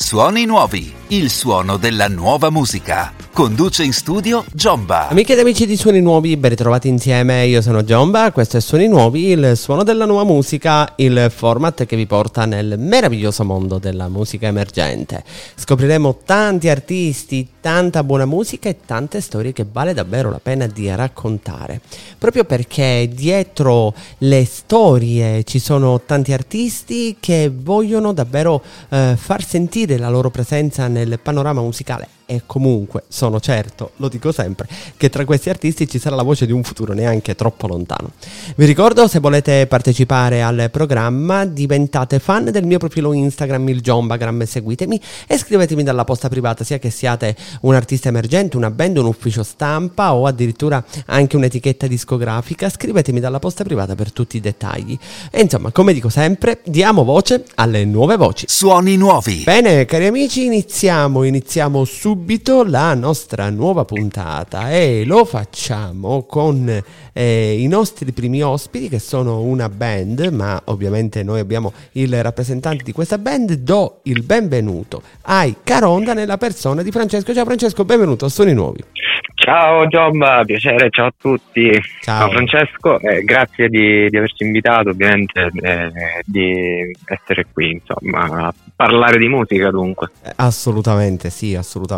Suoni nuovi, il suono della nuova musica. Conduce in studio Giomba. Amiche ed amici di Suoni Nuovi, ben ritrovati insieme. Io sono Giomba, questo è Suoni Nuovi, il suono della nuova musica, il format che vi porta nel meraviglioso mondo della musica emergente. Scopriremo tanti artisti, tanta buona musica e tante storie che vale davvero la pena di raccontare. Proprio perché dietro le storie ci sono tanti artisti che vogliono davvero far sentire la loro presenza nel panorama musicale. E comunque sono certo, lo dico sempre, che tra questi artisti ci sarà la voce di un futuro neanche troppo lontano. Vi ricordo, se volete partecipare al programma, diventate fan del mio profilo Instagram, il Giombagram, seguitemi e scrivetemi dalla posta privata, sia che siate un artista emergente, una band, un ufficio stampa o addirittura anche un'etichetta discografica. Scrivetemi dalla posta privata per tutti i dettagli. E insomma, come dico sempre, diamo voce alle nuove voci. Suoni nuovi. Bene, cari amici, iniziamo subito la nostra nuova puntata e lo facciamo con i nostri primi ospiti, che sono una band, ma ovviamente noi abbiamo il rappresentante di questa band. Do il benvenuto ai Caronda nella persona di Francesco. Ciao Francesco, benvenuto a Suoni Nuovi. Ciao Giomba, piacere, ciao a tutti. Ciao. Ciao Francesco, grazie di averci invitato, ovviamente, di essere qui, insomma, a parlare di musica dunque. Assolutamente sì,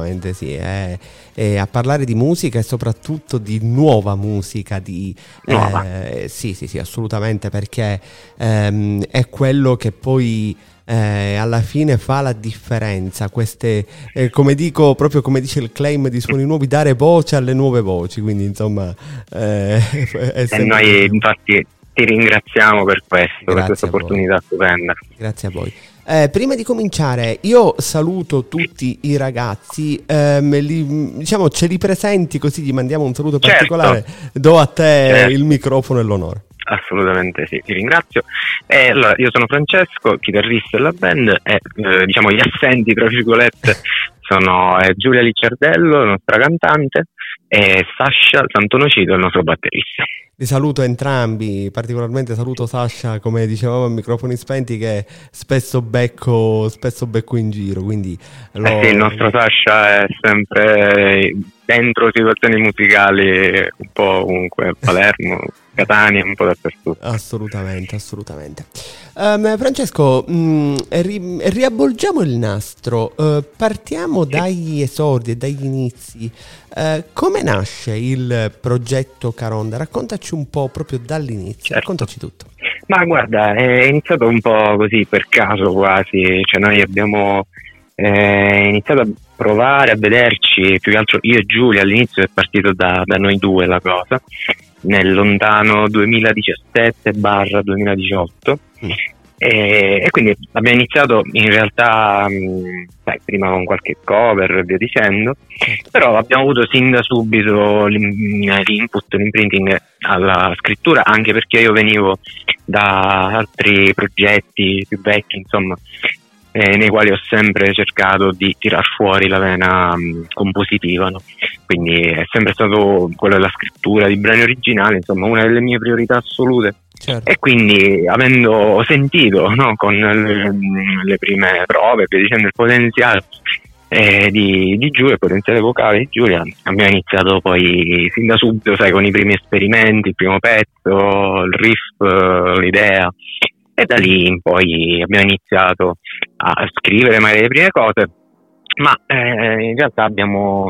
a parlare di musica e soprattutto di nuova musica, sì, assolutamente, perché è quello che poi alla fine fa la differenza. Queste, come dico, proprio come dice il claim di Suoni Nuovi, dare voce alle nuove voci, quindi insomma e noi infatti ti ringraziamo per questo, per questa opportunità stupenda. Grazie a voi. Prima di cominciare, io saluto tutti i ragazzi, diciamo ce li presenti così gli mandiamo un saluto particolare. Do a te il microfono e l'onore. Assolutamente sì, ti ringrazio. Allora, io sono Francesco, chitarrista della band, e diciamo gli assenti, tra virgolette, sono Giulia Licciardello, nostra cantante, e Sasha Santonocito, il nostro batterista. Li saluto entrambi, particolarmente saluto Sasha, come dicevamo a microfoni spenti, che spesso becco in giro, quindi sì, il nostro Sasha è sempre dentro situazioni musicali un po' ovunque, Palermo, Catania, un po' dappertutto. Assolutamente. Francesco, riavvolgiamo il nastro, partiamo dagli esordi e dagli inizi. Come nasce il progetto Caronda? Raccontaci un po' proprio dall'inizio, Raccontaci tutto. Ma guarda, è iniziato un po' così per caso quasi, cioè noi abbiamo iniziato a provare a vederci, più che altro io e Giulia. All'inizio è partito da noi due la cosa, nel lontano 2017/2018 e quindi abbiamo iniziato in realtà prima con qualche cover e via dicendo, però abbiamo avuto sin da subito l'input, l'imprinting alla scrittura, anche perché io venivo da altri progetti più vecchi, insomma, nei quali ho sempre cercato di tirar fuori la vena compositiva, no? Quindi è sempre stato quello della scrittura di brani originali, insomma, una delle mie priorità assolute. Certo. E quindi, avendo sentito, no, con le prime prove, via dicendo, il potenziale di Giulia, il potenziale vocale di Giulia, abbiamo iniziato poi sin da subito, sai, con i primi esperimenti, il primo pezzo, il riff, l'idea. E da lì in poi abbiamo iniziato a scrivere magari le prime cose, ma in realtà abbiamo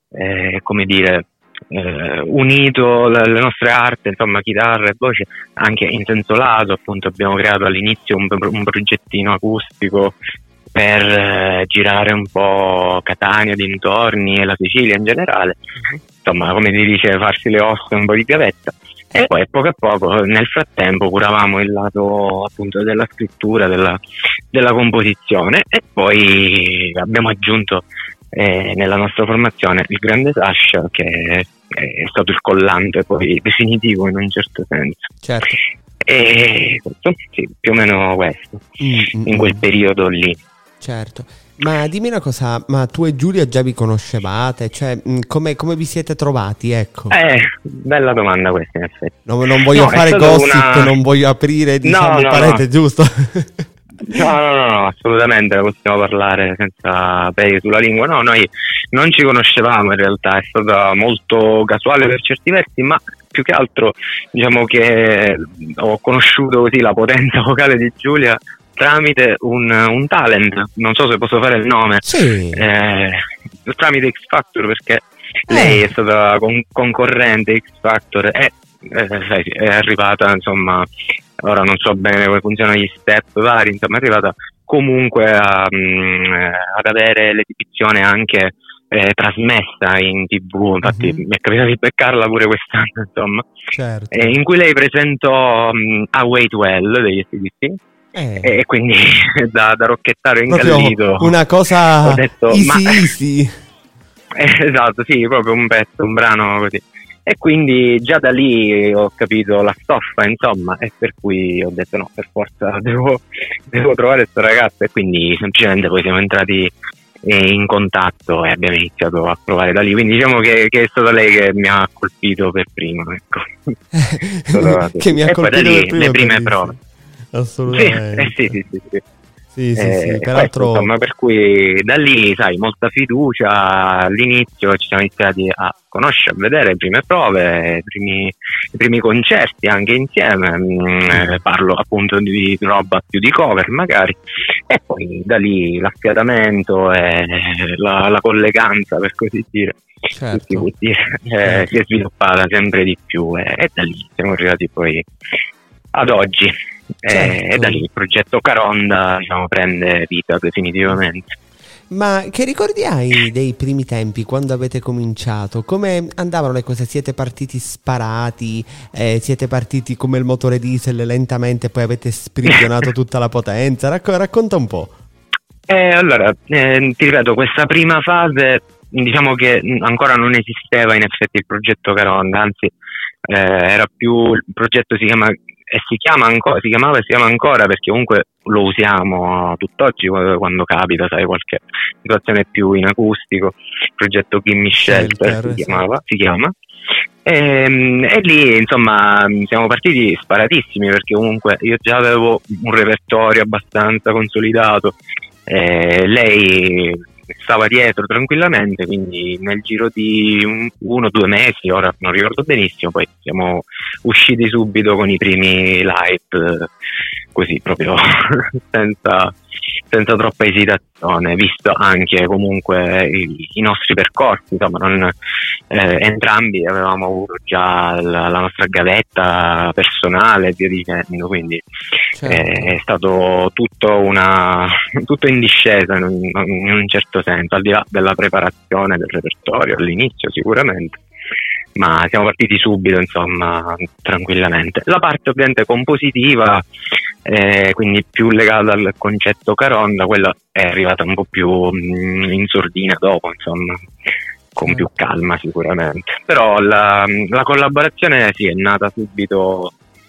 unito le nostre arti, insomma, chitarra e voce, anche in senso lato. Appunto, abbiamo creato all'inizio un progettino acustico per girare un po' Catania, dintorni e la Sicilia in generale, insomma, come si dice, farsi le ossa, un po' di gavetta. E poi poco a poco, nel frattempo, curavamo il lato appunto della scrittura, della composizione, e poi abbiamo aggiunto nella nostra formazione il grande Sasha, che è stato il collante poi definitivo in un certo senso. Certo. E questo, sì, più o meno questo, in quel periodo lì. Certo. Ma dimmi una cosa, ma tu e Giulia già vi conoscevate? Cioè, come vi siete trovati, ecco? Bella domanda questa, in effetti. Non voglio fare gossip, non voglio aprire, diciamo, parete, giusto? No, assolutamente possiamo parlare senza peli sulla lingua. No, noi non ci conoscevamo in realtà, è stata molto casuale per certi versi, ma più che altro diciamo che ho conosciuto così la potenza vocale di Giulia tramite un talent, non so se posso fare il nome, Sì. Tramite X Factor, perché lei è stata concorrente X Factor e sai, è arrivata, insomma, ora non so bene come funzionano gli step vari, insomma è arrivata comunque ad avere l'esibizione anche trasmessa in TV, infatti mi è capitato di beccarla pure quest'anno, insomma, Certo. in cui lei presentò A Wait Well degli AC/DC. E quindi da rocchettaro incallito una cosa ho detto, easy. Esatto, sì, proprio un pezzo, un brano così. E quindi già da lì ho capito la stoffa, insomma, e per cui ho detto no, per forza devo trovare questa ragazza, e quindi semplicemente poi siamo entrati in contatto e abbiamo iniziato a provare da lì, quindi diciamo che è stata lei che mi ha colpito per primo, ecco. Che mi ha e poi da colpito lì per primo, le prime bellissimo. prove. Assolutamente. Sì. Peraltro questo, insomma, per cui da lì, sai, molta fiducia. All'inizio ci siamo iniziati a conoscere, a vedere le prime prove, i primi concerti anche insieme. Parlo appunto di roba più di cover magari, e poi da lì l'affiatamento e la colleganza, per così dire, certo. si può dire, si è sviluppata sempre di più, e da lì siamo arrivati poi ad oggi. Certo. E da lì il progetto Caronda, diciamo, prende vita definitivamente. Ma che ricordi hai dei primi tempi, quando avete cominciato? Come andavano le cose? Siete partiti sparati? Siete partiti come il motore diesel lentamente e poi avete sprigionato tutta la potenza? Racconta un po'. Allora, ti ripeto, questa prima fase, diciamo che ancora non esisteva in effetti il progetto Caronda, anzi era più, il progetto si chiamava e si chiama ancora, perché comunque lo usiamo tutt'oggi quando capita, sai, qualche situazione più in acustico. Il progetto Gimme Shelter si chiama. E lì, insomma, siamo partiti sparatissimi, perché comunque io già avevo un repertorio abbastanza consolidato, lei stava dietro tranquillamente, quindi nel giro di 1 o 2 mesi, ora non ricordo benissimo, poi siamo usciti subito con i primi live, così proprio senza troppa esitazione, visto anche comunque i nostri percorsi, insomma, entrambi avevamo avuto già la nostra gavetta personale e via dicendo, quindi certo. È stato tutto in discesa in un certo senso, al di là della preparazione del repertorio all'inizio sicuramente, ma siamo partiti subito, insomma, tranquillamente. La parte ovviamente compositiva, quindi più legata al concetto Caronda, quella è arrivata un po' più in sordina dopo, insomma, con più calma sicuramente. Però la collaborazione sì, è nata subito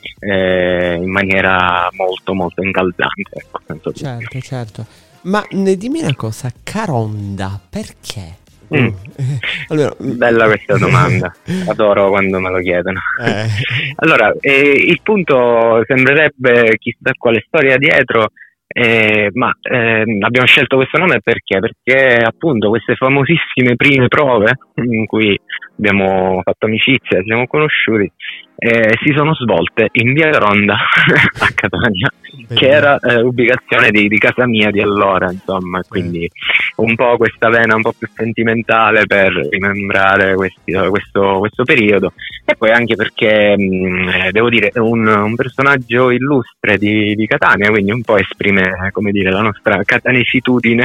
in maniera molto molto incaldante, ecco, certo. Ma dimmi una cosa, Caronda, perché? Allora, bella questa domanda, adoro quando me lo chiedono. Allora, il punto sembrerebbe chissà quale storia dietro, ma abbiamo scelto questo nome perché appunto queste famosissime prime prove in cui abbiamo fatto amicizia, ci siamo conosciuti, si sono svolte in via Caronda a Catania, che era ubicazione di casa mia di allora, insomma, quindi un po' questa vena un po' più sentimentale per rimembrare questo periodo, e poi anche perché devo dire è un personaggio illustre di Catania, quindi un po' esprime, come dire, la nostra catanicitudine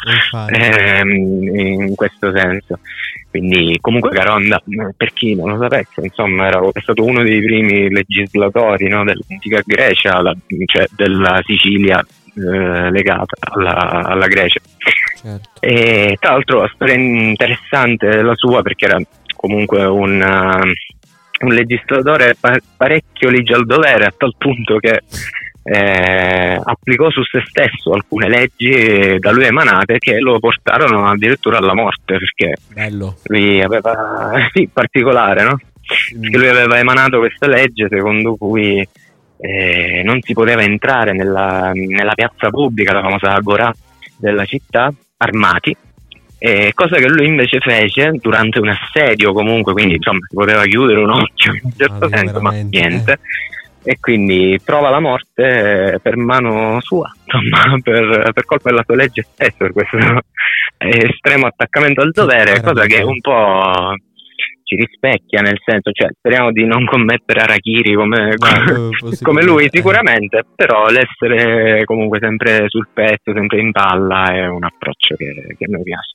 in questo senso. Quindi comunque Caronda, per chi non lo sapesse, insomma, è stato uno dei primi legislatori, no, dell'antica Grecia, cioè della Sicilia legata alla Grecia. Certo. E tra l'altro la storia interessante la sua, perché era comunque un legislatore parecchio ligialdovere, a tal punto che applicò su se stesso alcune leggi da lui emanate che lo portarono addirittura alla morte, perché lui aveva particolare, no? Perché lui aveva emanato questa legge secondo cui non si poteva entrare nella piazza pubblica, la famosa Agorà della città, armati, cosa che lui invece fece durante un assedio comunque, quindi insomma si poteva chiudere un occhio in un certo senso, ma niente. E quindi trova la morte per mano sua, insomma, per colpa della sua legge stessa, per questo estremo attaccamento al dovere, cosa che un po' ci rispecchia, nel senso, cioè speriamo di non commettere harakiri come lui sicuramente, però l'essere comunque sempre sul pezzo, sempre in palla è un approccio che a noi piace.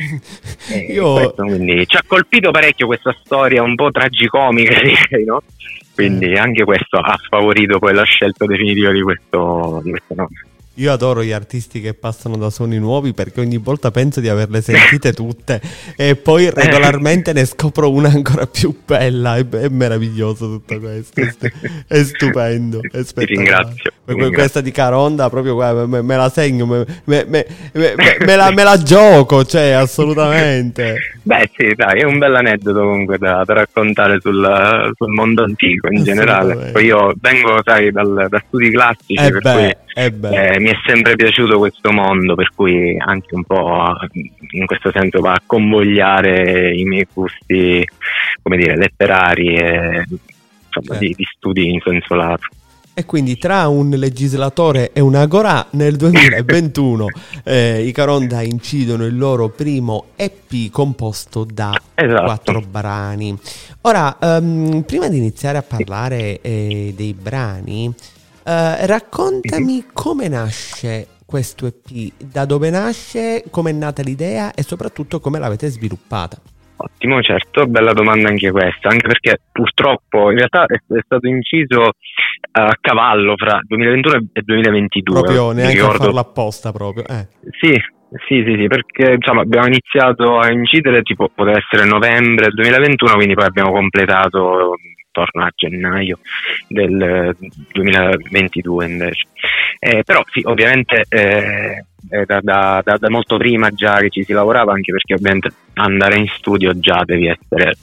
Quindi ci ha colpito parecchio questa storia un po' tragicomica, direi, no? Quindi anche questo ha favorito poi la scelta definitiva di questo nome. Io adoro gli artisti che passano da suoni nuovi, perché ogni volta penso di averle sentite tutte e poi regolarmente ne scopro una ancora più bella. È meraviglioso tutto questo, è stupendo, è spettacolare. Ti ringrazio. Questa di Caronda proprio me la segno, me la gioco, cioè assolutamente. Beh sì, dai, è un bel aneddoto comunque da raccontare sul mondo antico in generale. Poi io vengo, sai, da studi classici, mi è sempre piaciuto questo mondo, per cui anche un po' in questo senso va a convogliare i miei gusti, come dire, letterari e insomma di studi in senso lato. E quindi tra un legislatore e un agorà nel 2021 i Caronda incidono il loro primo EP composto da 4 brani. Ora, prima di iniziare a parlare dei brani, raccontami come nasce questo EP, da dove nasce, come è nata l'idea e soprattutto come l'avete sviluppata. Ottimo, certo, bella domanda anche questa, anche perché purtroppo in realtà è stato inciso a cavallo fra 2021 e 2022. Proprio neanche a farlo apposta proprio. Sì, perché insomma abbiamo iniziato a incidere tipo poteva essere novembre 2021, quindi poi abbiamo completato intorno a gennaio del 2022 invece. Però sì, ovviamente da molto prima già che ci si lavorava, anche perché ovviamente andare in studio già devi essere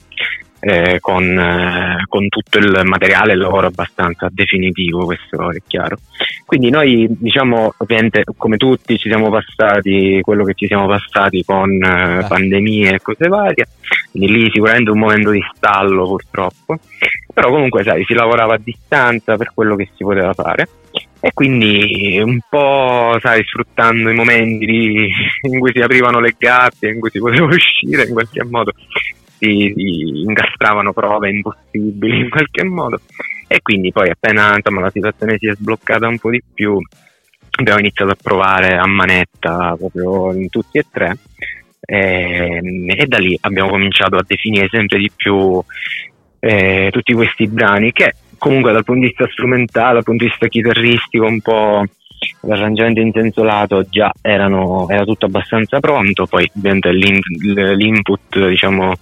con tutto il materiale, il lavoro abbastanza definitivo, questo è chiaro. Quindi noi, diciamo, ovviamente come tutti ci siamo passati quello che ci siamo passati con pandemie e cose varie, quindi lì sicuramente un momento di stallo purtroppo, però comunque sai, si lavorava a distanza per quello che si poteva fare. E quindi un po', sai, sfruttando i momenti in cui si aprivano le gabbie, in cui si poteva uscire in qualche modo, si incastravano prove impossibili in qualche modo. E quindi poi appena insomma la situazione si è sbloccata un po' di più, abbiamo iniziato a provare a manetta proprio in tutti e tre, e da lì abbiamo cominciato a definire sempre di più tutti questi brani, che comunque dal punto di vista strumentale, dal punto di vista chitarristico, un po' l'arrangiamento in senso lato già era tutto abbastanza pronto. Poi ovviamente l'input, diciamo,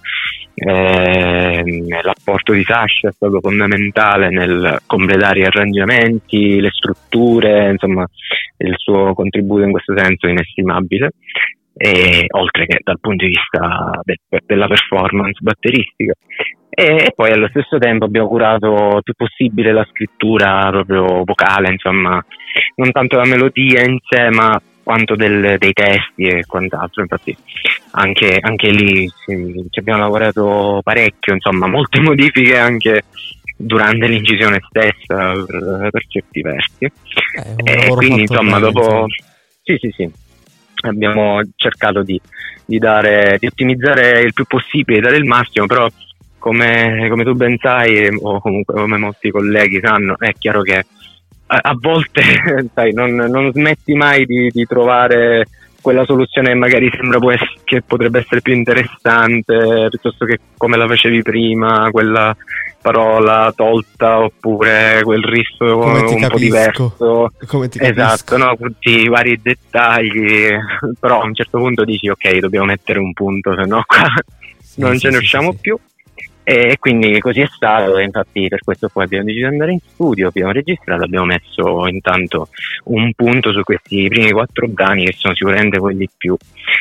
l'apporto di Sasha è stato fondamentale nel completare gli arrangiamenti, le strutture, insomma il suo contributo in questo senso è inestimabile, e oltre che dal punto di vista della performance batteristica. E poi allo stesso tempo abbiamo curato il più possibile la scrittura proprio vocale, insomma, non tanto la melodia in sé, ma quanto dei testi e quant'altro. Infatti anche lì ci abbiamo lavorato parecchio, insomma, molte modifiche anche durante l'incisione stessa per certi versi. E quindi insomma dopo sì, abbiamo cercato di ottimizzare il più possibile, dare il massimo, però come tu ben sai, o comunque come molti colleghi sanno, è chiaro che a volte sai, non smetti mai di trovare quella soluzione che magari sembra che potrebbe essere più interessante piuttosto che come la facevi prima, quella parola tolta oppure quel riff un po' diverso. Esatto, no? Tutti i vari dettagli, però a un certo punto dici ok, dobbiamo mettere un punto, se no qua non ce ne usciamo più. E quindi così è stato, e infatti per questo poi abbiamo deciso di andare in studio, abbiamo registrato, abbiamo messo intanto un punto su questi primi 4 brani, che sono sicuramente quelli più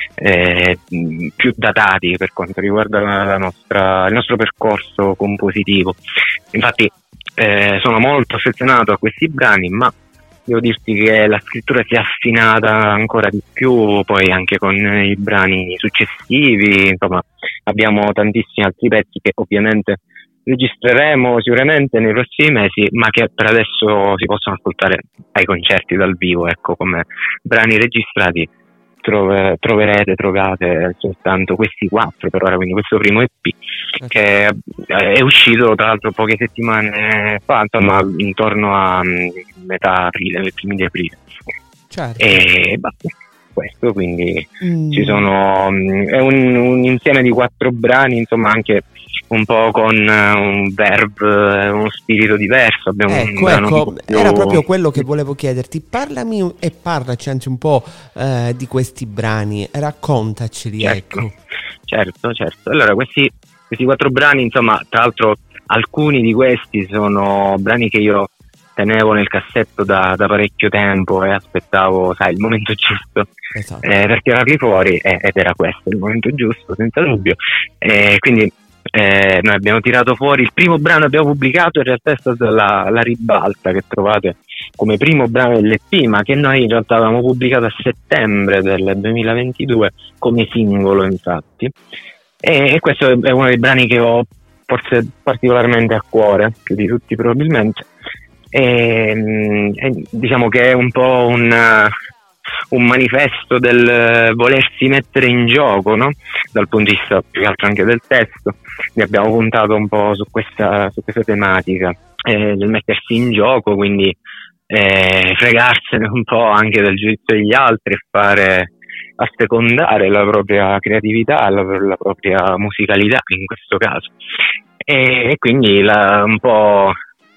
datati per quanto riguarda il nostro percorso compositivo. Infatti sono molto affezionato a questi brani, ma devo dirti che la scrittura si è affinata ancora di più poi anche con i brani successivi. Insomma, abbiamo tantissimi altri pezzi che ovviamente registreremo sicuramente nei prossimi mesi, ma che per adesso si possono ascoltare ai concerti dal vivo, ecco, come brani registrati. Trovate soltanto questi 4 per ora, quindi questo primo EP che è uscito tra l'altro poche settimane fa, insomma intorno a metà aprile, nei primi di aprile. Certo. E questo quindi ci sono è un insieme di 4 brani, insomma, anche un po' con un verve, uno spirito diverso. Abbiamo ecco, era proprio quello che volevo chiederti. Parlami e parlaci anzi un po' di questi brani, raccontaceli. Certo. Allora, questi 4 brani, insomma, tra l'altro alcuni di questi sono brani che io tenevo nel cassetto da parecchio tempo e aspettavo, sai, il momento giusto, esatto, per tirarli fuori, ed era questo il momento giusto, senza dubbio. Quindi noi abbiamo tirato fuori il primo brano che abbiamo pubblicato, in realtà è stata la Ribalta, che trovate come primo brano dell'EP, ma che noi in realtà avevamo pubblicato a settembre del 2022 come singolo, infatti. E questo è uno dei brani che ho forse particolarmente a cuore, più di tutti probabilmente. E diciamo che è un po' un manifesto del volersi mettere in gioco, no? Dal punto di vista più che altro anche del testo. Ne abbiamo puntato un po' su questa tematica del mettersi in gioco, quindi fregarsene un po' anche del giudizio degli altri e fare assecondare la propria creatività, la propria musicalità in questo caso, e quindi un po'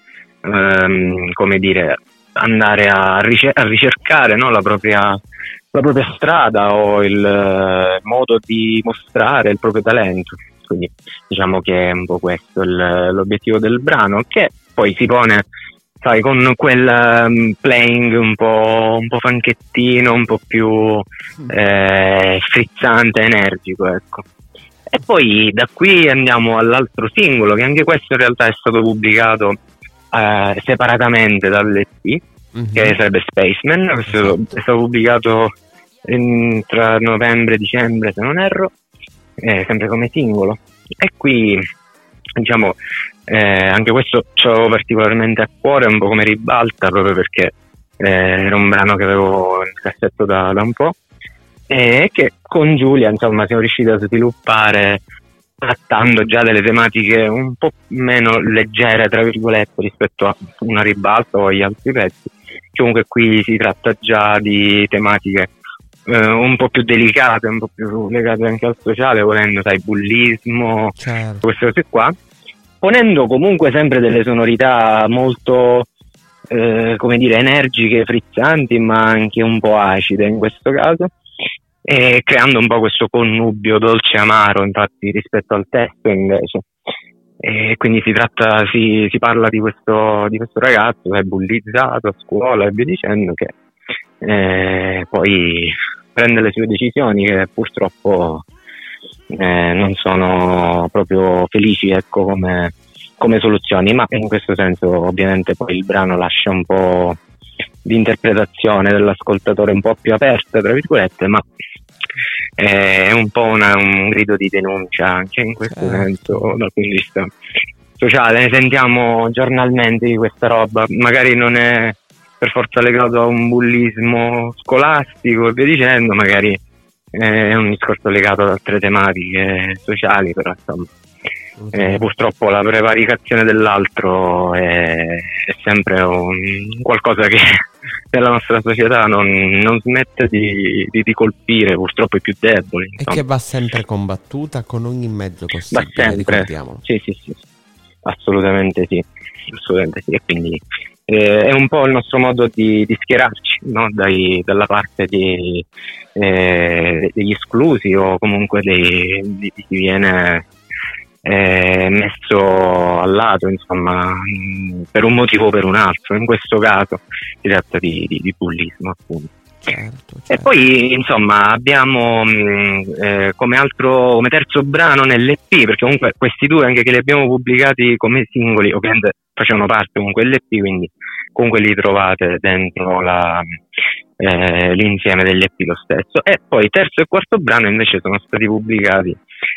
come dire, andare a ricercare, no, la propria strada o il modo di mostrare il proprio talento. Quindi diciamo che è un po' questo l'obiettivo del brano, che poi si pone, sai, con quel playing un po' funkettino, un po' più frizzante, energico, ecco. E poi da qui andiamo all'altro singolo, che anche questo in realtà è stato pubblicato separatamente dall'EP, che sarebbe Spaceman. Questo è stato pubblicato tra novembre e dicembre, se non erro, sempre come singolo. E qui diciamo anche questo ci avevo particolarmente a cuore, un po' come Ribalta, proprio perché era un brano che avevo nel cassetto da un po', e che con Giulia, insomma, siamo riusciti a sviluppare trattando già delle tematiche un po' meno leggere, tra virgolette, rispetto a una Ribalta o agli altri pezzi. Comunque qui si tratta già di tematiche un po' più delicate, un po' più legate anche al sociale, volendo, sai, bullismo, certo, queste cose qua, ponendo comunque sempre delle sonorità molto come dire, energiche, frizzanti, ma anche un po' acide in questo caso, e creando un po' questo connubio dolce amaro, infatti, rispetto al testo invece. E quindi si parla di questo ragazzo che è bullizzato a scuola e via dicendo, che poi prende le sue decisioni che purtroppo non sono proprio felici, ecco, come soluzioni, ma in questo senso ovviamente poi il brano lascia un po' di interpretazione dell'ascoltatore un po' più aperta, tra virgolette, ma è un po' un grido di denuncia anche in questo senso, dal punto di vista sociale. Ne sentiamo giornalmente di questa roba, magari non è per forza legato a un bullismo scolastico e via dicendo, magari è un discorso legato ad altre tematiche sociali, però insomma purtroppo la prevaricazione dell'altro è sempre qualcosa che nella nostra società non smette di colpire purtroppo i più deboli, insomma. E che va sempre combattuta con ogni mezzo possibile, ricordiamolo. Sì, assolutamente sì. E quindi è un po' il nostro modo di schierarci, no? Dalla parte degli esclusi, o comunque di chi viene messo al lato, insomma, per un motivo o per un altro. In questo caso si tratta di bullismo, appunto. Certo. E poi insomma abbiamo come terzo brano nell'EP, perché comunque questi due, anche che li abbiamo pubblicati come singoli, ovviamente facevano parte comunque dell'EP, quindi comunque li trovate dentro l'insieme dell'EP lo stesso. E poi terzo e quarto brano invece sono stati pubblicati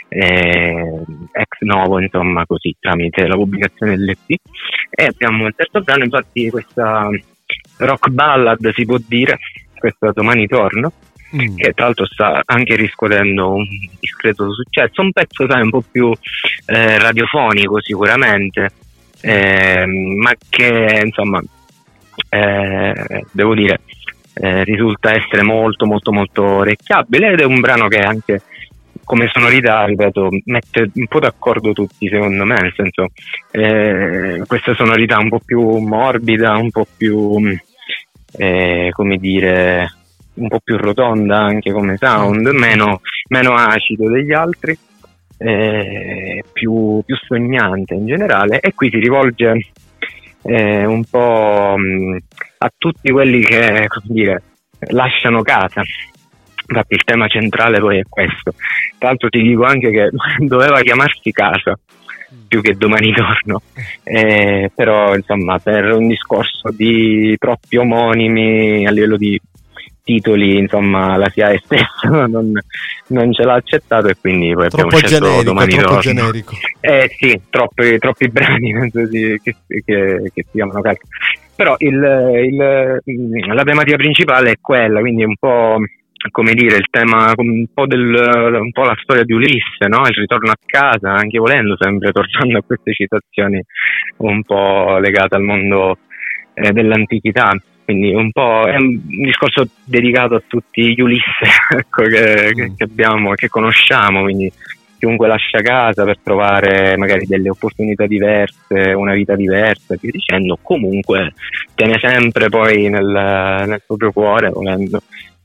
ex novo, insomma, così, tramite la pubblicazione dell'EP. E abbiamo il terzo brano, infatti, questa rock ballad, si può dire, questa Domani torno, che tra l'altro sta anche riscuotendo un discreto successo, un pezzo, sai, un po' più radiofonico sicuramente, ma che insomma devo dire risulta essere molto molto molto orecchiabile, ed è un brano che anche come sonorità, ripeto, mette un po' d'accordo tutti, secondo me, nel senso questa sonorità un po' più morbida, un po' più come dire, un po' più rotonda anche come sound, meno acido degli altri, più sognante in generale, e qui si rivolge un po' a tutti quelli che, come dire, lasciano casa. Infatti il tema centrale poi è questo. Tra l'altro ti dico anche che doveva chiamarsi Casa più che Domani torno, però insomma, per un discorso di troppi omonimi a livello di titoli, insomma, la SIAE stessa non ce l'ha accettato, e quindi poi abbiamo scelto Domani torno. Generico. Sì, troppi brani penso che si chiamano Casa. Però la tematica principale è quella, quindi è un po', come dire, il tema un po' la storia di Ulisse, no? Il ritorno a casa, anche volendo, sempre tornando a queste citazioni un po' legate al mondo dell'antichità. Quindi un po' è un discorso dedicato a tutti gli Ulisse, ecco, che abbiamo, che conosciamo, quindi chiunque lascia casa per trovare magari delle opportunità diverse, una vita diversa, e via dicendo, comunque tiene sempre poi nel proprio cuore, volendo,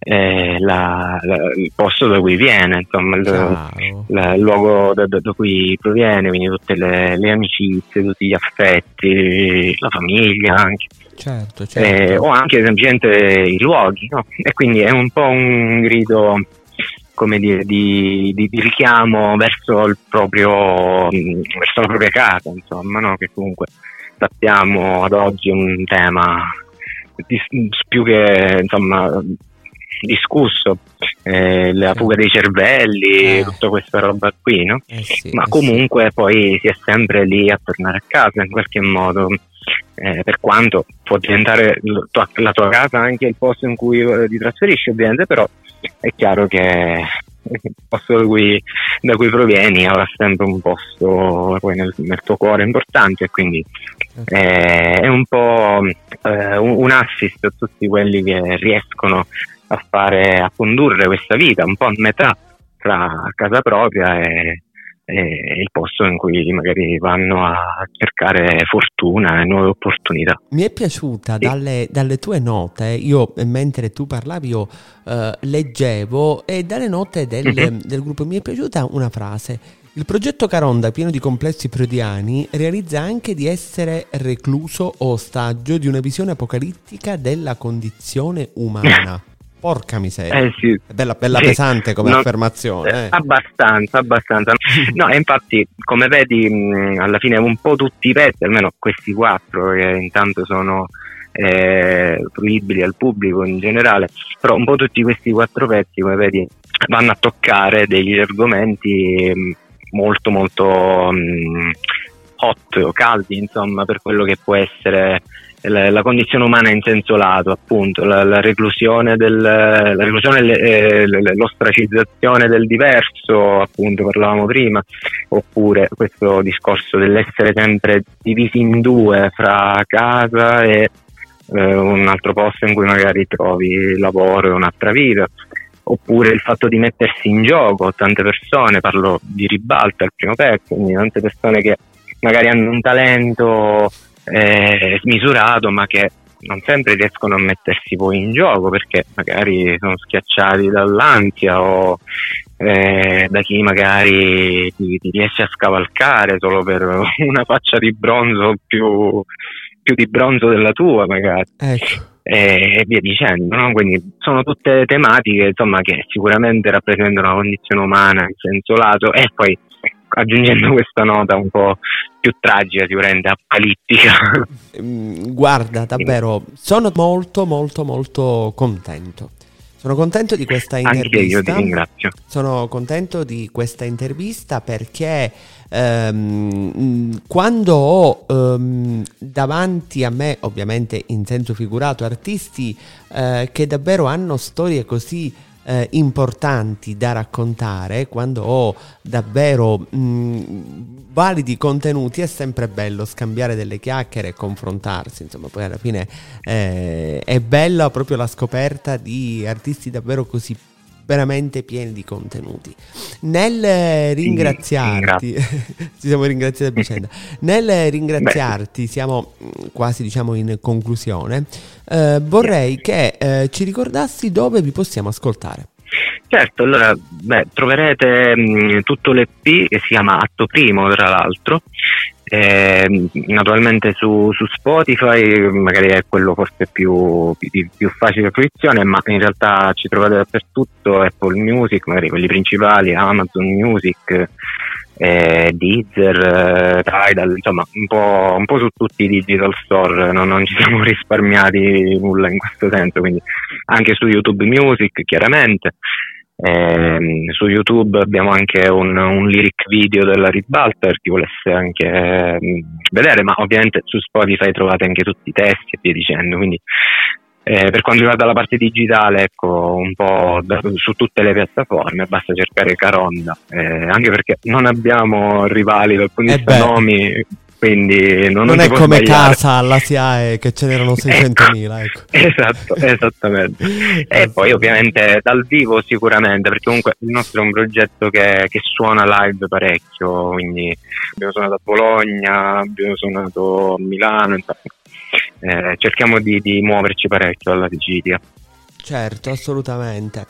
il posto da cui viene, insomma, il luogo da cui proviene, quindi tutte le amicizie, tutti gli affetti, la famiglia anche. Certo. O anche semplicemente i luoghi, no? E quindi è un po' un grido, come dire, di richiamo verso la propria casa, insomma, no? Che comunque sappiamo ad oggi è un tema più che, insomma, discusso, la fuga dei cervelli, tutta questa roba qui, no? Ma comunque poi si è sempre lì a tornare a casa in qualche modo, per quanto può diventare la tua casa anche il posto in cui ti trasferisci, ovviamente, però è chiaro che il posto da cui provieni avrà sempre un posto poi nel tuo cuore importante, e quindi è un po' un assist a tutti quelli che riescono a condurre questa vita un po' a metà tra casa propria e il posto in cui magari vanno a cercare fortuna e nuove opportunità. Mi è piaciuta dalle tue note, io mentre tu parlavi io leggevo, e dalle note del gruppo mi è piaciuta una frase: il progetto Caronda, pieno di complessi freudiani, realizza anche di essere recluso o ostaggio di una visione apocalittica della condizione umana. Porca miseria, sì. È bella pesante come affermazione. Abbastanza. No, e infatti, come vedi, alla fine un po' tutti i pezzi, almeno questi 4 che intanto sono fruibili al pubblico in generale, però un po' tutti questi 4 pezzi, come vedi, vanno a toccare degli argomenti molto molto hot o caldi, insomma, per quello che può essere la condizione umana in senso lato, appunto, la reclusione l'ostracizzazione del diverso, appunto, parlavamo prima, oppure questo discorso dell'essere sempre divisi in due fra casa e un altro posto in cui magari trovi lavoro e un'altra vita, oppure il fatto di mettersi in gioco. Tante persone, parlo di Ribalta, il primo pezzo, quindi tante persone che magari hanno un talento smisurato, ma che non sempre riescono a mettersi poi in gioco perché magari sono schiacciati dall'ansia o da chi magari ti riesce a scavalcare solo per una faccia di bronzo più più di bronzo della tua magari. Ecco. E via dicendo, no? Quindi sono tutte tematiche, insomma, che sicuramente rappresentano la condizione umana in senso lato, e poi aggiungendo questa nota un po' più tragica, sicuramente apocalittica. Guarda, davvero, sono molto molto molto contento. Sono contento di questa intervista. Anche io ti ringrazio. Sono contento di questa intervista perché quando ho davanti a me, ovviamente in senso figurato, artisti che davvero hanno storie così importanti da raccontare, quando ho davvero validi contenuti, è sempre bello scambiare delle chiacchiere e confrontarsi, insomma. Poi alla fine è bella proprio la scoperta di artisti davvero così veramente pieni di contenuti. Nel ringraziarti, ci siamo ringraziati a vicenda. Nel ringraziarti, siamo quasi diciamo in conclusione, vorrei che ci ricordassi dove vi possiamo ascoltare. Certo, allora troverete tutto l'EP, che si chiama Atto Primo tra l'altro, naturalmente su Spotify, magari è quello forse più facile fruizione, ma in realtà ci trovate dappertutto, Apple Music, magari quelli principali, Amazon Music, Deezer, Tidal, insomma un po' su tutti i digital store, non ci siamo risparmiati nulla in questo senso, quindi anche su YouTube Music chiaramente. Su YouTube abbiamo anche un lyric video della ribalta per chi volesse anche vedere, ma ovviamente su Spotify trovate anche tutti i testi e via dicendo, quindi per quanto riguarda la parte digitale, ecco, un po' su tutte le piattaforme, basta cercare Caronda, anche perché non abbiamo rivali dal punto di vista nomi, quindi non è come sbagliare. Casa alla SIAE che ce n'erano 600.000, ecco. Esatto, esattamente. E poi ovviamente dal vivo sicuramente, perché comunque il nostro è un progetto che suona live parecchio, quindi abbiamo suonato a Bologna, abbiamo suonato a Milano, insomma, cerchiamo di muoverci parecchio alla Sicilia. Certo, assolutamente.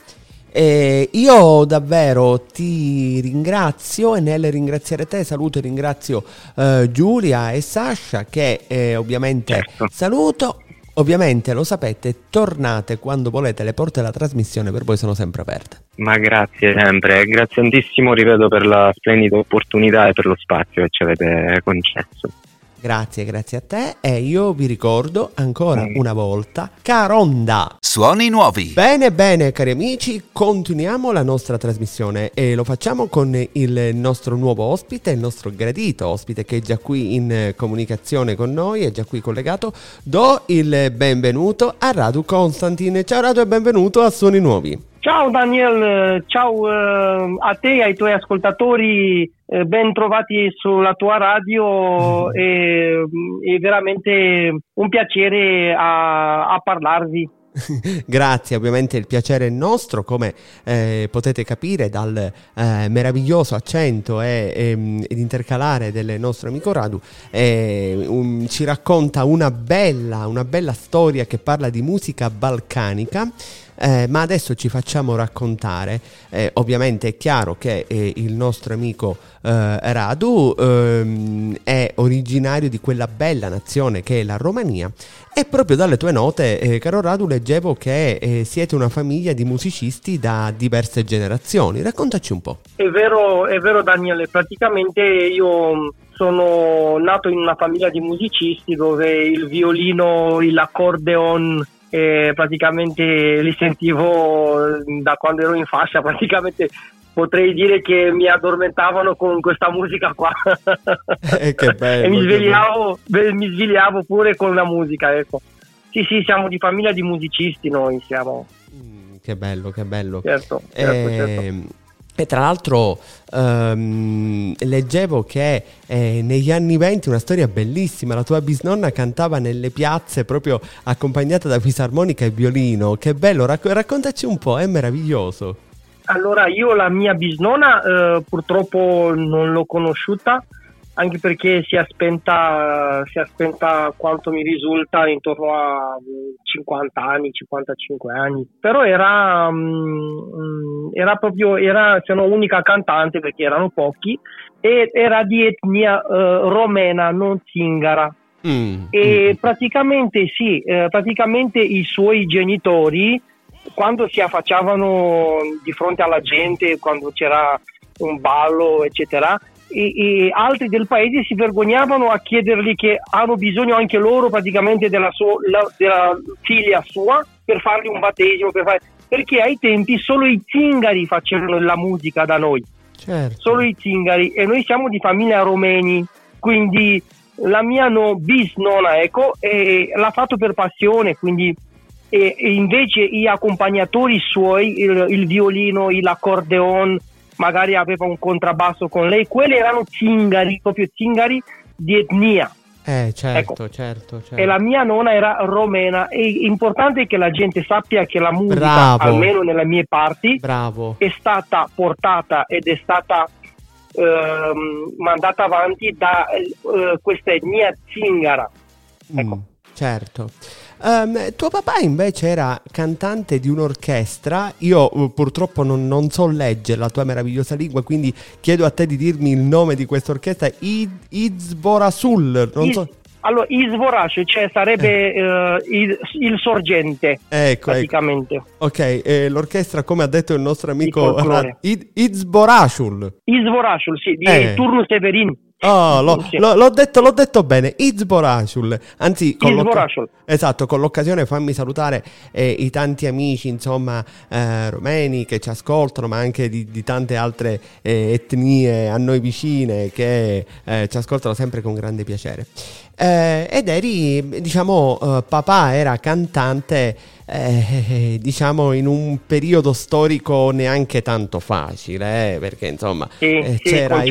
Io davvero ti ringrazio, e nel ringraziare te saluto e ringrazio Giulia e Sasha, che ovviamente saluto. Ovviamente lo sapete, tornate quando volete, le porte della trasmissione per voi sono sempre aperte. Ma grazie sempre, grazie tantissimo, ripeto, per la splendida opportunità e per lo spazio che ci avete concesso. Grazie a te, e io vi ricordo ancora una volta Caronda. Suoni nuovi. Bene cari amici, continuiamo la nostra trasmissione e lo facciamo con il nostro nuovo ospite, il nostro gradito ospite che è già qui in comunicazione con noi, è già qui collegato. Do il benvenuto a Radu Constantin. Ciao Radu e benvenuto a Suoni Nuovi. Ciao Daniel, ciao a te e ai tuoi ascoltatori, ben trovati sulla tua radio, e veramente un piacere a parlarvi. Grazie, ovviamente il piacere è nostro, come potete capire dal meraviglioso accento ed intercalare del nostro amico Radu. Ci racconta una bella storia che parla di musica balcanica. Ma adesso ci facciamo raccontare, ovviamente è chiaro che il nostro amico Radu è originario di quella bella nazione che è la Romania, e proprio dalle tue note, caro Radu, leggevo che siete una famiglia di musicisti da diverse generazioni. Raccontaci un po'. È vero Daniele, praticamente io sono nato in una famiglia di musicisti dove il violino, l'accordeon, praticamente li sentivo da quando ero in fascia. Praticamente potrei dire che mi addormentavano con questa musica qua. Che bello, e mi svegliavo pure con la musica, ecco. Sì, siamo di famiglia di musicisti, noi siamo. Che bello. Certo. E tra l'altro leggevo che negli anni 20, una storia bellissima, la tua bisnonna cantava nelle piazze proprio accompagnata da fisarmonica e violino. Che bello, raccontaci un po', è meraviglioso. Allora, io la mia bisnonna purtroppo non l'ho conosciuta, anche perché si è spenta quanto mi risulta intorno a 50 anni, 55 anni. Però sono unica cantante, perché erano pochi, e era di etnia romena, non zingara. E praticamente praticamente i suoi genitori, quando si affacciavano di fronte alla gente, quando c'era un ballo eccetera, e altri del paese si vergognavano a chiedergli che hanno bisogno anche loro praticamente della figlia sua per fargli un battesimo, perché ai tempi solo i zingari facevano la musica da noi, solo i zingari, e noi siamo di famiglia romeni, quindi la mia bisnonna l'ha fatto per passione, quindi e invece gli accompagnatori suoi, il violino, l'accordeon, magari aveva un contrabbasso con lei, quelli erano zingari, proprio zingari di etnia. Certo. E la mia nonna era romena. È importante che la gente sappia che la musica, almeno nelle mie parti, è stata portata ed è stata mandata avanti da questa etnia zingara. Certo. Tuo papà invece era cantante di un'orchestra. Io purtroppo non so leggere la tua meravigliosa lingua, quindi chiedo a te di dirmi il nome di questa orchestra. Izvorasul, non so. Allora, Izvorasul, cioè sarebbe il sorgente, praticamente. Ok, l'orchestra, come ha detto il nostro amico Izvorasul. Izvorasul, sì, di Turnu Severin. L'ho detto bene, Izvorasul. Anzi, esatto, con l'occasione fammi salutare i tanti amici, insomma, romeni che ci ascoltano, ma anche di tante altre etnie a noi vicine che ci ascoltano sempre con grande piacere. Ed eri, diciamo, papà era cantante, diciamo, in un periodo storico neanche tanto facile, perché insomma c'era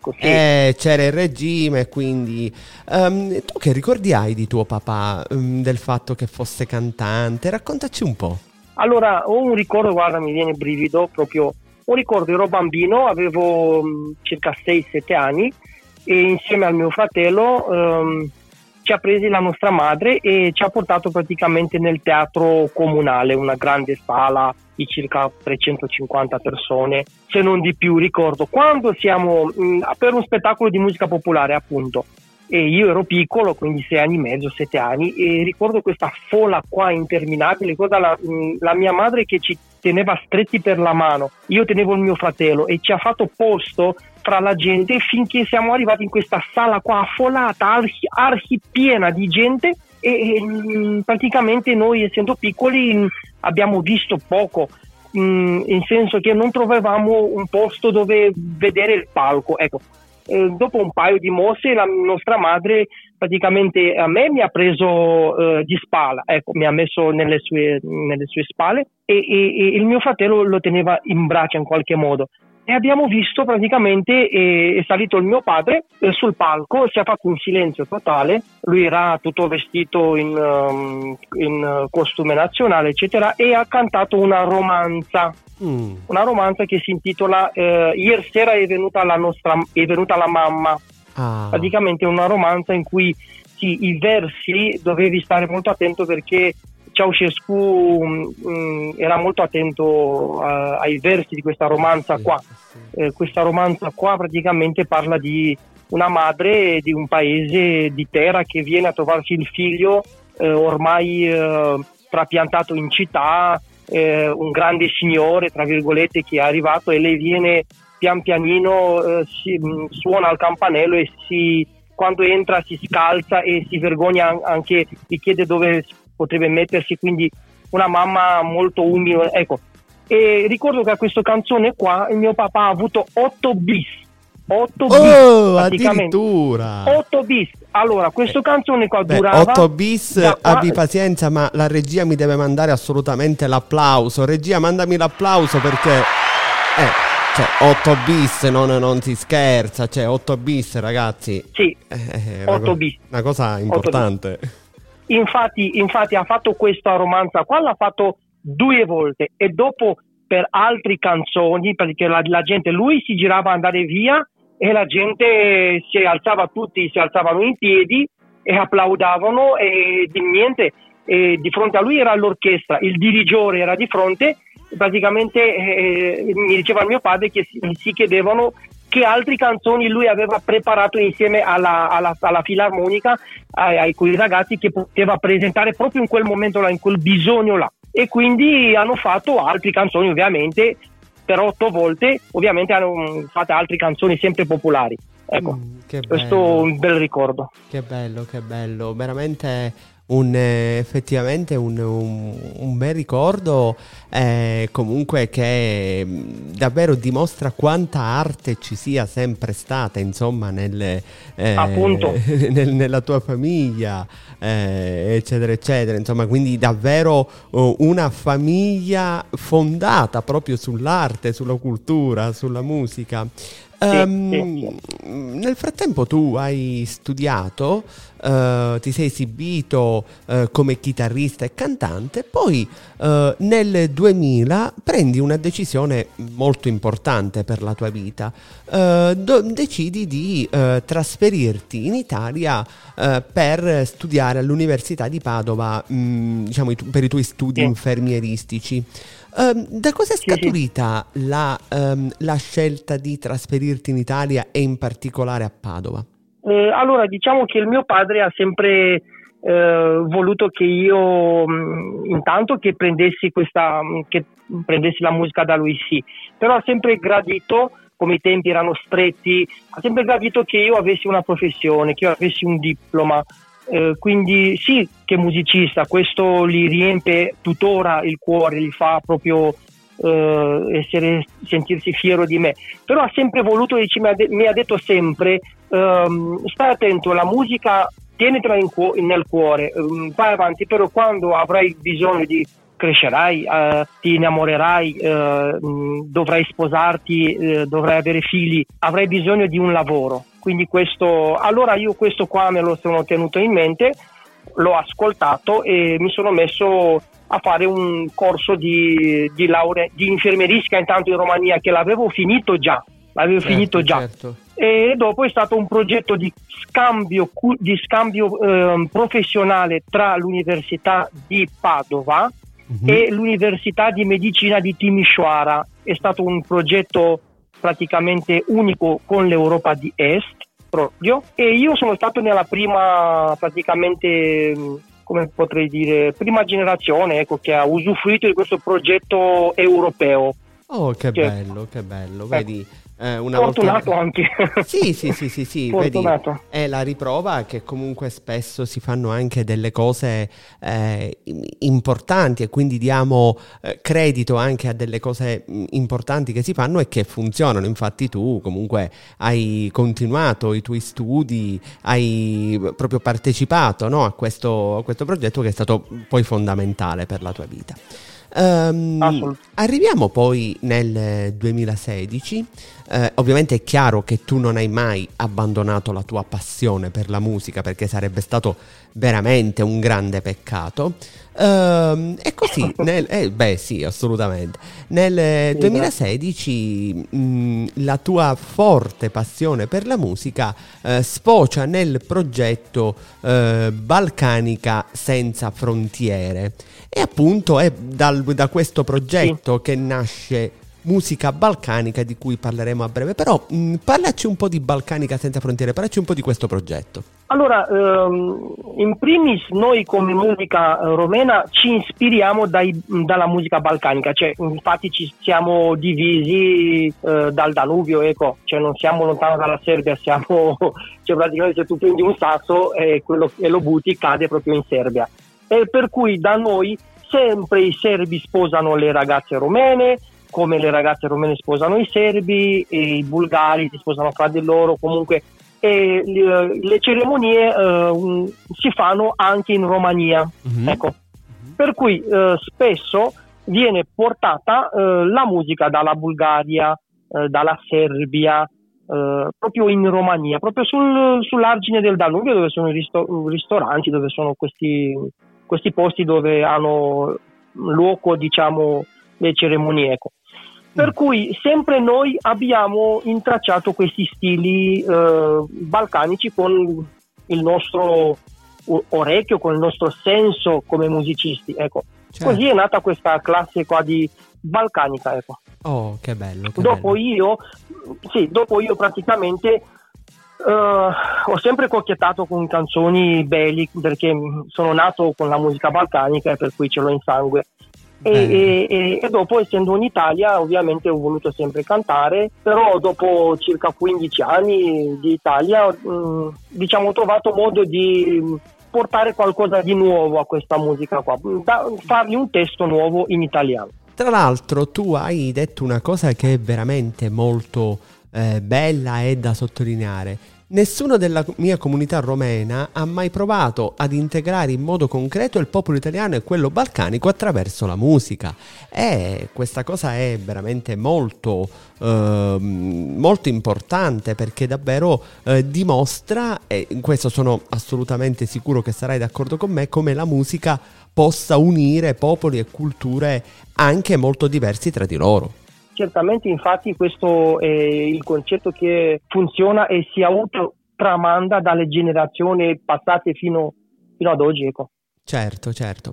il regime, quindi tu che ricordi hai di tuo papà, del fatto che fosse cantante? Raccontaci un po'. Allora, ho un ricordo, guarda, mi viene brivido, proprio un ricordo. Ero bambino, avevo circa 6-7 anni, e insieme al mio fratello ci ha presi la nostra madre e ci ha portato praticamente nel teatro comunale, una grande sala di circa 350 persone, se non di più. Ricordo quando siamo per un spettacolo di musica popolare, appunto, e io ero piccolo, quindi 6 anni e mezzo, 7 anni, e ricordo questa folla qua interminabile. Ricordo la mia madre che ci teneva stretti per la mano, io tenevo il mio fratello e ci ha fatto posto fra la gente finché siamo arrivati in questa sala qua affollata, archi piena di gente, e praticamente noi, essendo piccoli, abbiamo visto poco, in senso che non trovavamo un posto dove vedere il palco, ecco. Dopo un paio di mosse la nostra madre praticamente a me mi ha preso di spalla, ecco, mi ha messo nelle sue spalle, e il mio fratello lo teneva in braccia in qualche modo, e abbiamo visto praticamente, è salito il mio padre sul palco, si è fatto un silenzio totale, lui era tutto vestito in costume nazionale eccetera, e ha cantato una romanza che si intitola Ieri sera è venuta la mamma. Praticamente una romanza in cui i versi dovevi stare molto attento, perché Ceausescu era molto attento ai versi di questa romanza qua. Questa romanza qua praticamente parla di una madre di un paese di terra che viene a trovarsi il figlio ormai trapiantato in città, un grande signore tra virgolette che è arrivato, e lei viene pian pianino, suona al campanello e quando entra si scalza e si vergogna, anche gli chiede dove potrebbe mettersi, quindi una mamma molto umile, ecco. E ricordo che a questa canzone qua il mio papà ha avuto 8 bis addirittura 8 bis. Allora, questa canzone qua durava 8 bis, abbi pazienza, ma la regia mi deve mandare assolutamente l'applauso. Regia, mandami l'applauso, perché 8 bis non si scherza, 8 bis, ragazzi. Sì, 8 bis. Una cosa importante. Infatti ha fatto questa romanza qua, l'ha fatto 2 volte, e dopo per altre canzoni, perché la gente, lui si girava a andare via e la gente tutti si alzavano in piedi e applaudavano, e di niente, e di fronte a lui era l'orchestra, il dirigore era di fronte, praticamente mi diceva il mio padre che si chiedevano che altre canzoni lui aveva preparato insieme alla filarmonica, ai quei ragazzi che poteva presentare proprio in quel momento là, in quel bisogno là, e quindi hanno fatto altre canzoni ovviamente per 8 volte, ovviamente hanno fatto altre canzoni sempre popolari. Ecco, questo è un bel ricordo. Che bello, veramente effettivamente un bel ricordo, comunque, che davvero dimostra quanta arte ci sia sempre stata, insomma, appunto, nella tua famiglia, eccetera eccetera, insomma, quindi davvero una famiglia fondata proprio sull'arte, sulla cultura, sulla musica. Nel frattempo tu hai studiato, ti sei esibito come chitarrista e cantante, poi nel 2000 prendi una decisione molto importante per la tua vita, decidi di trasferirti in Italia per studiare all'Università di Padova, diciamo per i tuoi studi infermieristici. Da cosa è scaturita la scelta di trasferirti in Italia e in particolare a Padova? Allora, diciamo che il mio padre ha sempre voluto che io intanto che prendessi la musica da lui, sì, però ha sempre gradito, come i tempi erano stretti, ha sempre gradito che io avessi una professione, che io avessi un diploma. Quindi sì, che musicista, questo gli riempie tuttora il cuore, gli fa proprio sentirsi fiero di me, però ha sempre voluto, mi ha detto sempre, stai attento, la musica tienitela nel cuore, vai avanti, però quando avrai bisogno di crescerai, ti innamorerai, dovrai sposarti, dovrai avere figli, avrai bisogno di un lavoro. Quindi allora io questo qua me lo sono tenuto in mente, l'ho ascoltato e mi sono messo a fare un corso di laurea di infermieristica intanto in Romania, che l'avevo finito già. Certo. E dopo è stato un progetto di scambio professionale tra l'Università di Padova e l'Università di Medicina di Timișoara. È stato un progetto praticamente unico con l'Europa di Est proprio, e io sono stato nella prima, praticamente, come potrei dire, prima generazione, ecco, che ha usufruito di questo progetto europeo. Oh, che bello, vedi, una fortunato volta... anche. Sì, vedi, è la riprova che comunque spesso si fanno anche delle cose importanti, e quindi diamo credito anche a delle cose importanti che si fanno e che funzionano. Infatti tu comunque hai continuato i tuoi studi, hai proprio partecipato, no, a questo progetto che è stato poi fondamentale per la tua vita. Arriviamo poi nel 2016. Ovviamente è chiaro che tu non hai mai abbandonato la tua passione per la musica, perché sarebbe stato veramente un grande peccato. E così, sì, assolutamente. Nel 2016 la tua forte passione per la musica sfocia nel progetto Balcanica Senza Frontiere. E appunto è da questo progetto che nasce Musica Balcanica, di cui parleremo a breve. Però parlaci un po' di Balcanica Senza Frontiere, parlaci un po' di questo progetto. Allora, in primis noi come musica romena ci ispiriamo dalla musica balcanica, cioè infatti ci siamo divisi dal Danubio, ecco, cioè non siamo lontano dalla Serbia, cioè praticamente se tu prendi un sasso e lo butti, cade proprio in Serbia. E per cui da noi sempre i serbi sposano le ragazze romene, come le ragazze romene sposano i serbi, e i bulgari si sposano fra di loro, comunque, e le cerimonie si fanno anche in Romania, ecco. Per cui spesso viene portata la musica dalla Bulgaria, dalla Serbia, proprio in Romania, proprio sull'argine del Danubio, dove sono i ristoranti, dove sono questi posti dove hanno luogo, diciamo, le cerimonie, ecco. Per cui sempre noi abbiamo intracciato questi stili balcanici con il nostro orecchio, con il nostro senso come musicisti, ecco. Certo. Così è nata questa classe qua di balcanica, ecco. Oh, che bello. Che Dopo bello. io praticamente ho sempre cocchiettato con canzoni belli, perché sono nato con la musica balcanica e per cui ce l'ho in sangue. E dopo, essendo in Italia, ovviamente ho voluto sempre cantare, però dopo circa 15 anni di Italia diciamo ho trovato modo di portare qualcosa di nuovo a questa musica qua, fargli un testo nuovo in italiano. Tra l'altro tu hai detto una cosa che è veramente molto bella e da sottolineare. Nessuno della mia comunità romena ha mai provato ad integrare in modo concreto il popolo italiano e quello balcanico attraverso la musica, e questa cosa è veramente molto molto importante, perché davvero dimostra, e in questo sono assolutamente sicuro che sarai d'accordo con me, come la musica possa unire popoli e culture anche molto diversi tra di loro. Certamente, infatti questo è il concetto che funziona e si autotramanda dalle generazioni passate fino ad oggi, ecco. Certo.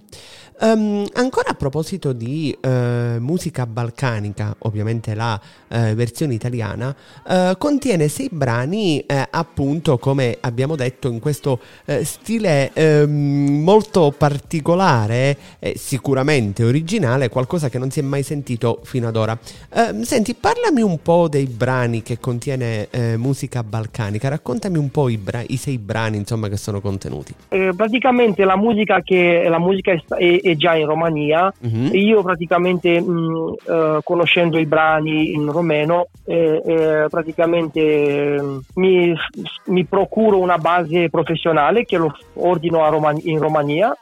Ancora a proposito di musica balcanica, ovviamente la versione italiana contiene 6 brani, appunto, come abbiamo detto, in questo stile molto particolare, sicuramente originale, qualcosa che non si è mai sentito fino ad ora. Senti, parlami un po' dei brani che contiene musica balcanica, raccontami un po' i 6 brani, insomma, che sono contenuti. Praticamente la musica è già in Romania. Io praticamente conoscendo i brani in romeno praticamente mi procuro una base professionale che lo ordino in Romania,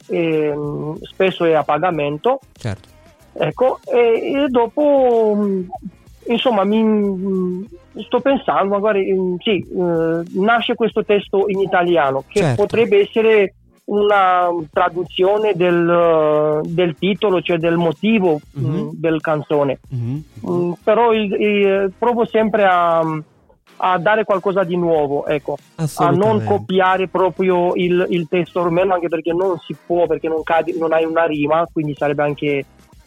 spesso è a pagamento. Certo. Ecco, e dopo insomma sto pensando magari nasce questo testo in italiano che certo. potrebbe essere una traduzione del titolo, cioè del motivo del canzone. Però provo sempre a dare qualcosa di nuovo, ecco, a non copiare proprio il testo romeno, anche perché non si può, perché non hai una rima, quindi sarebbe anche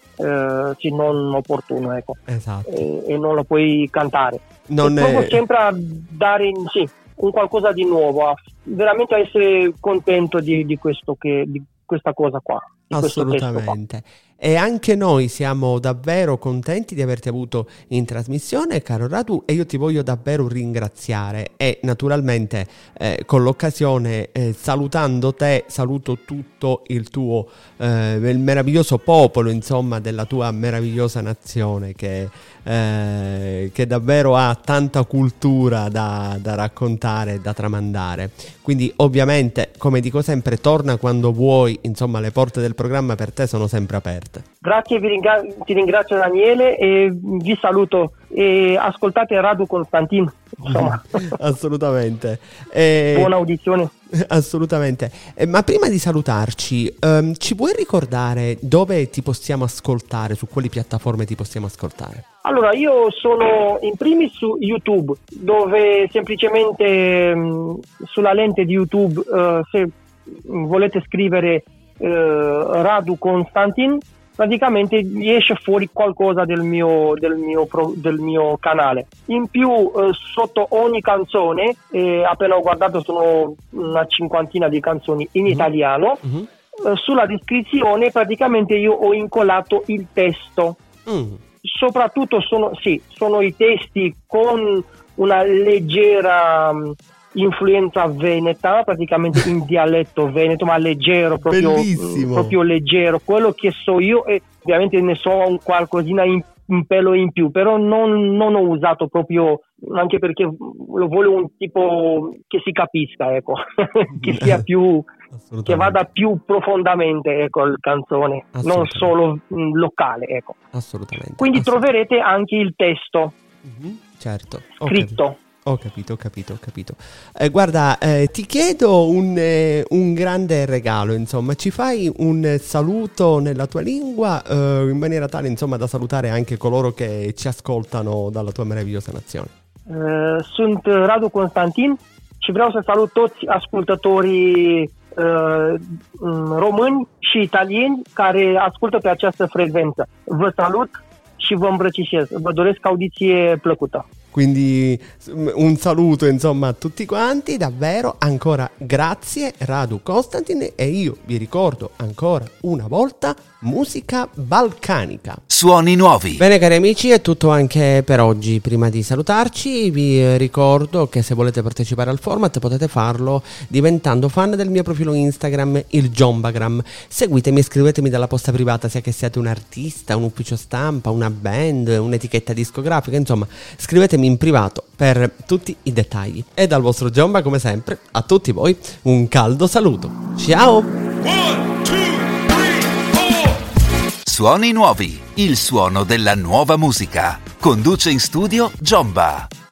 non opportuno, ecco. Esatto. E non lo puoi cantare. Provo sempre a dare un qualcosa di nuovo, a essere contento di questa cosa qua. Assolutamente. E anche noi siamo davvero contenti di averti avuto in trasmissione, caro Radu, e io ti voglio davvero ringraziare, e naturalmente con l'occasione, salutando te, saluto tutto il tuo il meraviglioso popolo, insomma, della tua meravigliosa nazione che davvero ha tanta cultura da raccontare e da tramandare. Quindi ovviamente, come dico sempre, torna quando vuoi, insomma, le porte del programma per te sono sempre aperte. Grazie, ti ringrazio Daniele, e vi saluto, e ascoltate Radu Constantin, insomma. Assolutamente. Buona audizione. Assolutamente. Ma prima di salutarci, ci puoi ricordare dove ti possiamo ascoltare, su quali piattaforme ti possiamo ascoltare? Allora, io sono in primis su YouTube, dove semplicemente sulla lente di YouTube, se volete scrivere Radu Constantin, praticamente esce fuori qualcosa del mio canale. In più, sotto ogni canzone, appena ho guardato sono una 50 di canzoni in italiano, sulla descrizione praticamente io ho incollato il testo. Soprattutto sono i testi con una leggera influenza veneta, praticamente in dialetto veneto, ma leggero, proprio leggero, quello che so io, e ovviamente ne so un qualcosina un pelo in più, però non ho usato proprio, anche perché lo volevo un tipo che si capisca, ecco, che sia più, che vada più profondamente, ecco, il canzone, non solo locale, ecco. Assolutamente. Quindi troverete anche il testo certo, scritto. Ho capito. Guarda, ti chiedo un grande regalo, insomma, ci fai un saluto nella tua lingua, in maniera tale, insomma, da salutare anche coloro che ci ascoltano dalla tua meravigliosa nazione. Sunt Radu Constantin și vreau să salut toți ascultătorii români și italieni care ascultă pe această frecvență. Vă salut și vă îmbrățișez. Vă doresc audiție plăcută. Quindi un saluto insomma a tutti quanti, davvero ancora grazie Radu Constantin, e io vi ricordo ancora una volta musica balcanica. Suoni nuovi. Bene cari amici, è tutto anche per oggi. Prima di salutarci vi ricordo che se volete partecipare al format potete farlo diventando fan del mio profilo Instagram, il Jombagram. Seguitemi e scrivetemi dalla posta privata, sia che siate un artista, un ufficio stampa, una band, un'etichetta discografica, insomma scrivetemi in privato per tutti i dettagli. E dal vostro Jomba, come sempre, a tutti voi un caldo saluto. Ciao! 1, 2, 3, 4. Suoni nuovi, il suono della nuova musica. Conduce in studio Jomba.